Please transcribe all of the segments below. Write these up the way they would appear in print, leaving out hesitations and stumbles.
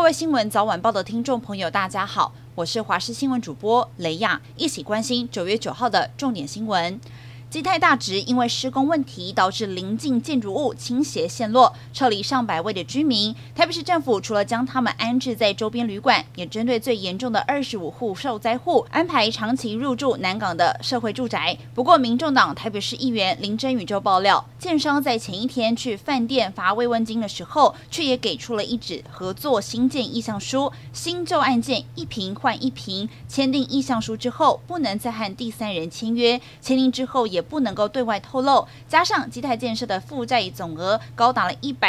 位新闻早晚报的听众朋友大家好，我是华视新闻主播雷亚，一起关心9月9号的重点新闻。基泰大直因为施工问题导致邻近建筑物倾斜陷落，撤离上百位的居民。台北市政府除了将他们安置在周边旅馆，也针对最严重的25户受灾户安排长期入住南港的社会住宅。不过民众党台北市议员林真宇就爆料，建商在前一天去饭店发慰问金的时候，却也给出了一纸合作新建意向书，新旧案件一坪换一坪，签订意向书之后不能再和第三人签约，签订之后也不能够对外透露，加上基泰建设的负债总额高达了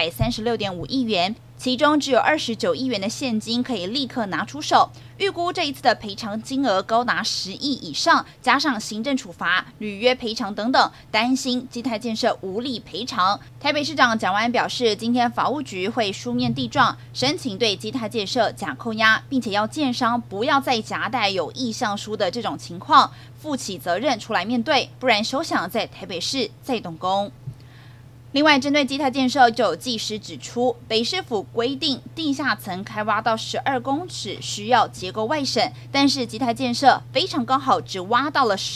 136.5亿元，其中只有29亿元的现金可以立刻拿出手。预估这一次的赔偿金额高达10亿以上，加上行政处罚、履约赔偿等等，担心基泰建设无力赔偿。台北市长蒋万安表示，今天法务局会书面递状申请对基泰建设假扣押，并且要建商不要再夹带有意向书的这种情况，负起责任出来面对，不然休想在台北市再动工。另外，针对基泰建设，就有技师指出，北市府规定地下层开挖到12公尺需要结构外审，但是基泰建设非常刚好只挖到了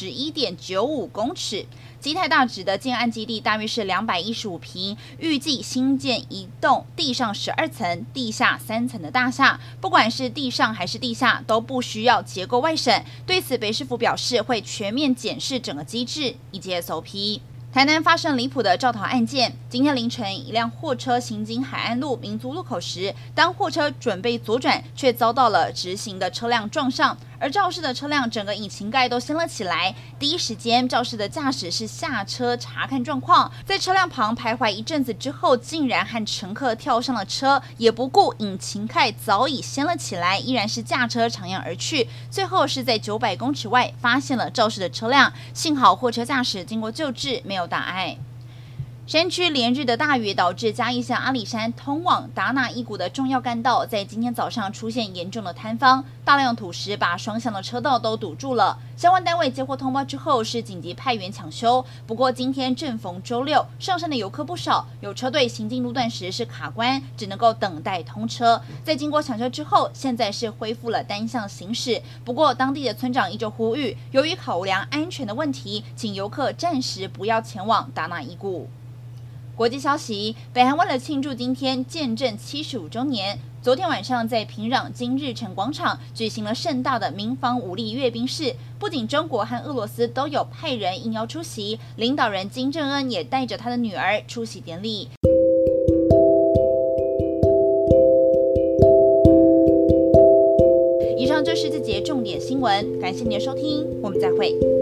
11.95公尺。基泰大直的建案基地大约是215坪，预计新建一栋地上12层、地下3层的大厦，不管是地上还是地下都不需要结构外审。对此，北市府表示会全面检视整个机制以及 SOP。台南发生离谱的肇逃案件，今天凌晨，一辆货车行经海岸路民族路口时，当货车准备左转，却遭到了直行的车辆撞上，而肇事的车辆整个引擎盖都掀了起来。第一时间，肇事的驾驶是下车查看状况，在车辆旁徘徊一阵子之后，竟然和乘客跳上了车，也不顾引擎盖早已掀了起来，依然是驾车长扬而去。最后是在900公尺外发现了肇事的车辆，幸好货车驾驶经过救治，没有大碍。山区连日的大雨导致嘉义县阿里山通往达那伊谷的重要干道在今天早上出现严重的坍方，大量土石把双向的车道都堵住了。相关单位接获通报之后是紧急派员抢修，不过今天正逢周六，上山的游客不少，有车队行进路段时是卡关，只能够等待通车。在经过抢修之后，现在是恢复了单向行驶。不过当地的村长依旧呼吁，由于考量安全的问题，请游客暂时不要前往达那伊谷。国际消息，北韩为了庆祝今天建政75周年，昨天晚上在平壤金日成广场举行了盛大的民防武力阅兵式，不仅中国和俄罗斯都有派人应邀出席，领导人金正恩也带着他的女儿出席典礼。以上就是这节重点新闻，感谢您的收听，我们再会。